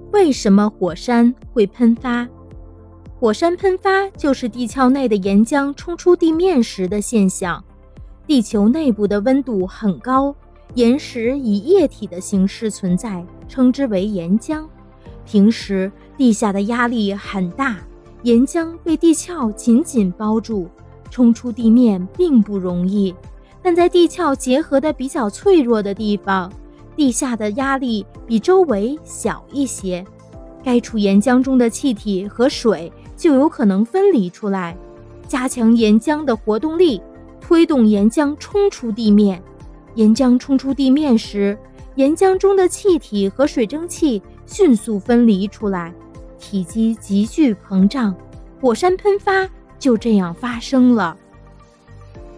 为什么火山会喷发？火山喷发就是地壳内的岩浆冲出地面时的现象。地球内部的温度很高，岩石以液体的形式存在，称之为岩浆。平时地下的压力很大，岩浆被地壳紧紧包住，冲出地面并不容易。但在地壳结合的比较脆弱的地方，地下的压力比周围小一些，该处岩浆中的气体和水就有可能分离出来，加强岩浆的活动力，推动岩浆冲出地面。岩浆冲出地面时，岩浆中的气体和水蒸气迅速分离出来，体积急剧膨胀，火山喷发就这样发生了。